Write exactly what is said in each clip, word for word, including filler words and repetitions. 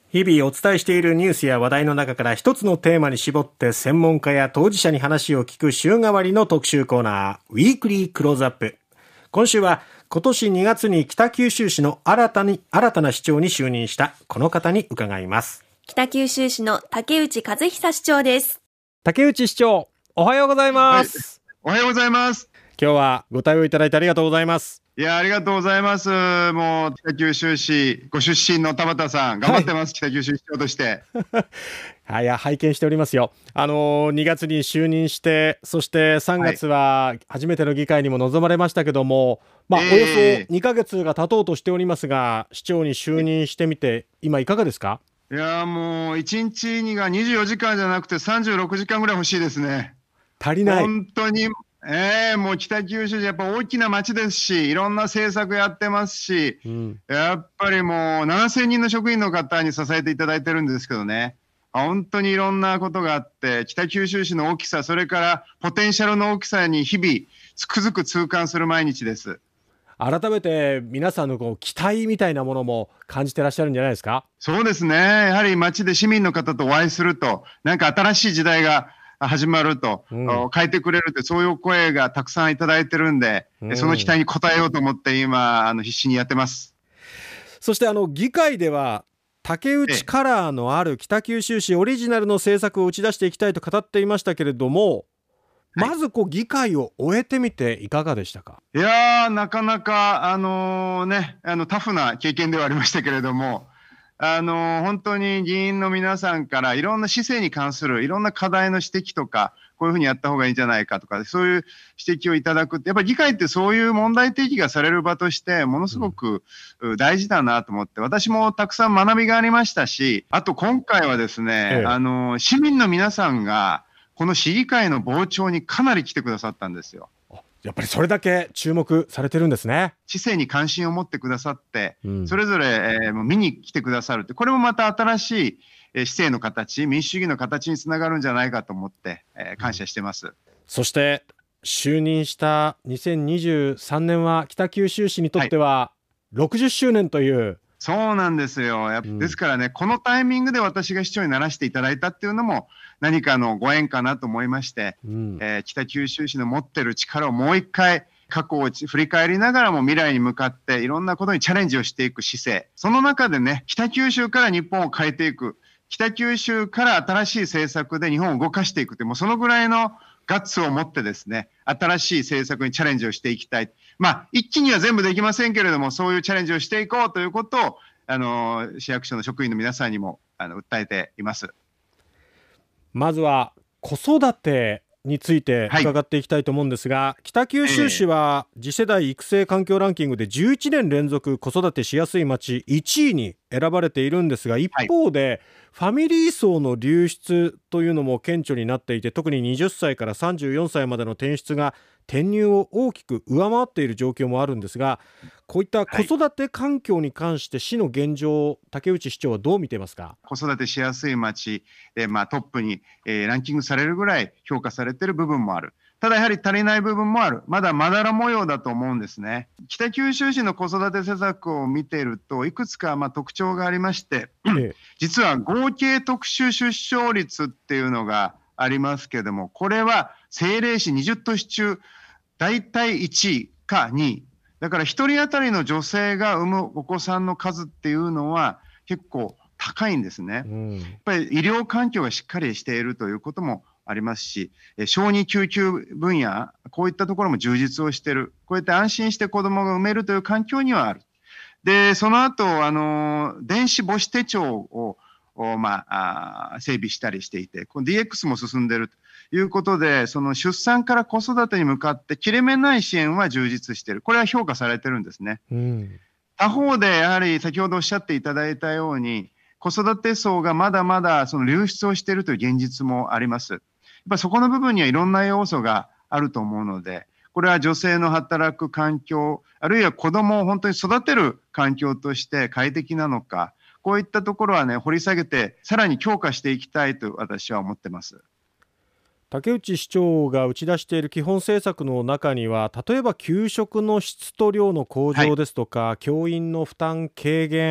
日々お伝えしているニュースや話題の中から一つのテーマに絞って専門家や当事者に話を聞く週替わりの特集コーナー、ウィークリークローズアップ。今週は今年にがつに北九州市の新たに新たな市長に就任したこの方に伺います。 北九州市の竹内和久市長です。 竹内市長、おはようございます。 はい、おはようございます。 今日はご対応いただいてありがとうございます。 いや、ありがとうございます。もう北九州市ご出身の田畑さん頑張ってます、はい、北九州市長としてはい、や拝見しておりますよ。あのにがつに就任して、そしてさんがつは初めての議会にも臨まれましたけども、はい、まあ、およそにかげつが経とうとしておりますが、市長に就任してみて今いかがですか？ いや、もういちにちにがにじゅうよじかんじゃなくてさんじゅうろくじかんぐらい欲しいですね。 足りない。 本当にえー、もう北九州市やっぱ大きな町ですし、いろんな政策やってますし、うん、やっぱりもうななせんにんの職員の方に支えていただいてるんですけどね、本当にいろんなことがあって、北九州市の大きさ、それからポテンシャルの大きさに日々つくづく痛感する毎日です。 改めて皆さんのこう期待みたいなものも感じてらっしゃるんじゃないですか？ そうですね、やはり町で市民の方とお会いすると、なんか新しい時代が始まると、うん、変えてくれるって、そういう声がたくさんいただいてるんで、うん、その期待に応えようと思って今あの必死にやってます。 そしてあの議会では竹内カラーのある北九州市オリジナルの政策を打ち出していきたいと語っていましたけれども、はい、まずこう議会を終えてみていかがでしたか？ いやー、なかなかあのー、ね、あのタフな経験ではありましたけれども、あの本当に議員の皆さんからいろんな市政に関するいろんな課題の指摘とか、こういうふうにやった方がいいんじゃないかとか、そういう指摘をいただくって、やっぱり議会ってそういう問題提起がされる場としてものすごく大事だなと思って、私もたくさん学びがありましたし、あと今回はですね、ええ、あの市民の皆さんがこの市議会の傍聴にかなり来てくださったんですよ。 やっぱりそれだけ注目されてるんですね。 市政に関心を持ってくださって、うん、それぞれ、えー、見に来てくださるって、これもまた新しい、えー、市政の形、民主主義の形につながるんじゃないかと思って、えー、感謝してます、うん、 そして就任したにせんにじゅうさんねんは北九州市にとってはろくじゅっしゅうねんという、はい、 そうなんですよ。やっぱですからね、うん、このタイミングで私が市長にならせていただいたっていうのも何かのご縁かなと思いまして、うん、えー、北九州市の持ってる力をもう一回過去を振り返りながらも未来に向かっていろんなことにチャレンジをしていく姿勢、その中でね、北九州から日本を変えていく、北九州から新しい政策で日本を動かしていくって、もうそのぐらいのガッツを持ってですね、新しい政策にチャレンジをしていきたい。まあ一気には全部できませんけれども、そういうチャレンジをしていこうということをあの市役所の職員の皆さんにもあの訴えています。 まずは子育てについて伺っていきたいと思うんですが、はい、北九州市は次世代育成環境ランキングでじゅういちねん連続子育てしやすい町いちいに選ばれているんですが、一方で、はい、ファミリー層の流出というのも顕著になっていて、特にはたちからさんじゅうよんさいまでの転出が転入を大きく上回っている状況もあるんですが、こういった子育て環境に関して市の現状、はい、竹内市長はどう見ていますか？ 子育てしやすい町で、まあ、トップに、えー、ランキングされるぐらい評価されている部分もある。ただやはり足りない部分もある。まだまだら模様だと思うんですね。北九州市の子育て施策を見ているといくつかまあ特徴がありまして、ええ、実は合計特殊出生率っていうのがありますけれども、これは政令市にじゅっ都市中大体いちいかにいだから、ひとり当たりの女性が産むお子さんの数っていうのは結構高いんですね、うん、やっぱり医療環境がしっかりしているということもありますし、小児救急分野、こういったところも充実をしている。こうやって安心して子供が産めるという環境にはある。で、その後、あの、電子母子手帳を、まあ、あ整備したりしていて、この ディーエックス も進んでいるということで、その出産から子育てに向かって切れ目ない支援は充実している。これは評価されてるんですね。うん、他方で、やはり先ほどおっしゃっていただいたように、子育て層がまだまだその流出をしているという現実もあります。やっぱそこの部分にはいろんな要素があると思うので、これは女性の働く環境、あるいは子どもを本当に育てる環境として快適なのか、こういったところはね、掘り下げてさらに強化していきたいと私は思ってます。 竹内市長が打ち出している基本政策の中には、例えば給食の質と量の向上ですとか、はい、教員の負担軽減、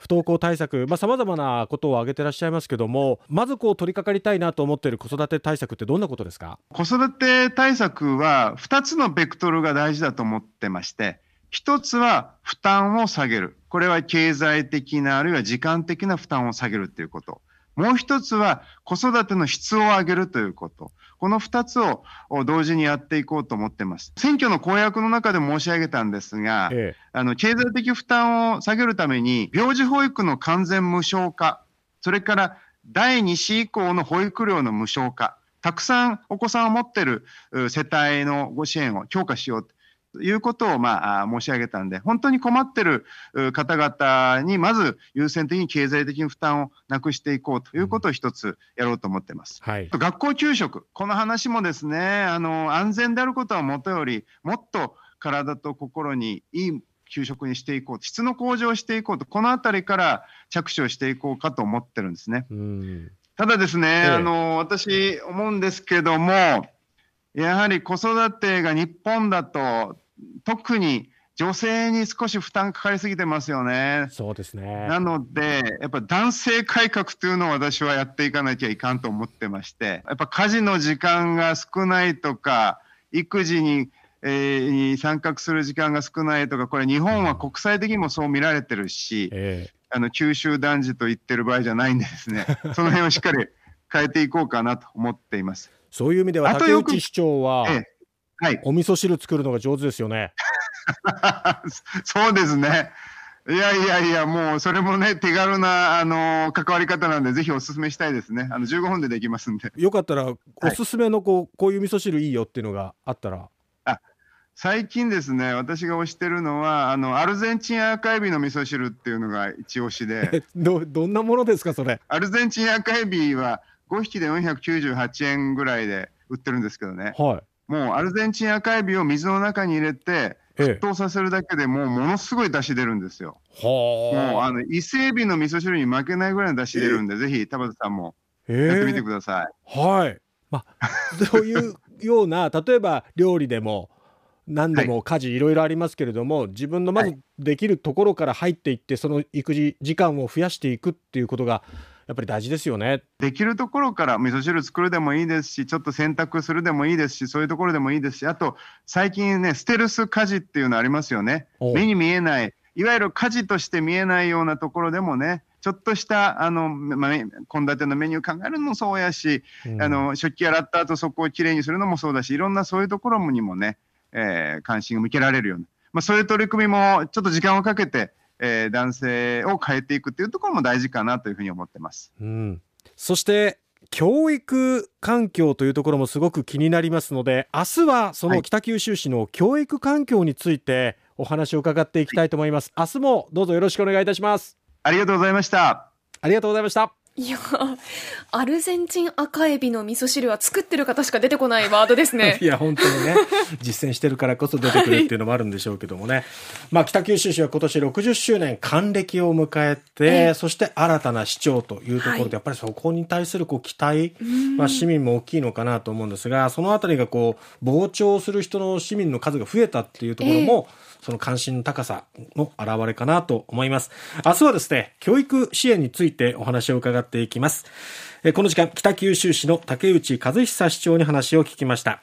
不登校対策、まあ、様々なことを挙げてらっしゃいますけども、まずこう取り掛かりたいなと思っている子育て対策ってどんなことですか？ 子育て対策はふたつのベクトルが大事だと思ってまして、ひとつは負担を下げる。これは経済的なあるいは時間的な負担を下げるということ。もう一つは子育ての質を上げるということ。この二つを同時にやっていこうと思っています。選挙の公約の中で申し上げたんですが、ええ、あの経済的負担を下げるために病児保育の完全無償化、それからだいに子以降の保育料の無償化、たくさんお子さんを持っている世帯のご支援を強化しようということをまあ申し上げたんで、本当に困っている方々にまず優先的に経済的に負担をなくしていこうということを一つやろうと思っています。はい、学校給食、この話もですね、あの安全であることはもとより、もっと体と心にいい給食にしていこうと、質の向上をしていこうと、このあたりから着手をしていこうかと思ってるんですね。うん、ただですね、ええ、あの私思うんですけども、やはり子育てが日本だと特に女性に少し負担かかりすぎてますよね。 そうですね。 なのでやっぱ男性改革というのを私はやっていかなきゃいかんと思ってまして、やっぱ家事の時間が少ないとか育児に、えー、に参画する時間が少ないとか、これ日本は国際的にもそう見られてるし、えー、あの九州男児と言ってる場合じゃないんでですねその辺をしっかり変えていこうかなと思っています。 そういう意味では竹内市長は、ええはい、お味噌汁作るのが上手ですよね。 そうですね。いやいやいや、もうそれもね、手軽なあの関わり方なんで、ぜひお勧めしたいですね。あのじゅうごふんでできますんで。 よかったらおすすめのこう、はい、こういう味噌汁いいよっていうのがあったら。 あ、最近ですね、私が推してるのはあのアルゼンチン赤エビの味噌汁っていうのが一押しで。 どどんなものですかそれ？ アルゼンチン赤エビはごひきでよんひゃくきゅうじゅうはちえんぐらいで売ってるんですけどね。はい。もうアルゼンチン赤エビを水の中に入れて沸騰させるだけでもうものすごい出汁出るんですよ。もうあの伊勢エビの味噌汁に負けないぐらいの出汁出るんで、ぜひ田畑さんもやってみてください。 はい、まあ、そういうような例えば料理でも何でも家事いろいろありますけれども、はい、自分のまずできるところから入っていってその育児時間を増やしていくっていうことがやっぱり大事ですよね。 できるところから味噌汁作るでもいいですし、ちょっと洗濯するでもいいですし、そういうところでもいいですし、あと最近ねステルス家事っていうのありますよね。目に見えない、いわゆる家事として見えないようなところでもね、ちょっとしたあの献立のメニュー考えるのもそうやし、うん、あの食器洗った後そこをきれいにするのもそうだし、いろんなそういうところにもね、えー、関心を向けられるような、まあ、そういう取り組みもちょっと時間をかけて、えー、男性を変えていくっていうところも大事かなというふうに思ってます。 うん、そして教育環境というところもすごく気になりますので、明日はその北九州市の教育環境についてお話を伺っていきたいと思います。明日もどうぞよろしくお願いいたします。 ありがとうございました。 ありがとうございました。 いや、アルゼンチン赤エビの味噌汁は作ってる方しか出てこないワードですね。 いや本当にね実践してるからこそ出てくるっていうのもあるんでしょうけどもね、はい、まあ、北九州市は今年ろくじゅっしゅうねん還暦を迎えて、えー、そして新たな市長というところで、はい、やっぱりそこに対するこう期待、まあ、市民も大きいのかなと思うんですが、そのあたりがこう傍聴する人の市民の数が増えたっていうところも、えーその関心の高さの表れかなと思います。明日はですね、教育支援についてお話を伺っていきます。この時間、北九州市の竹内和久市長に話を聞きました。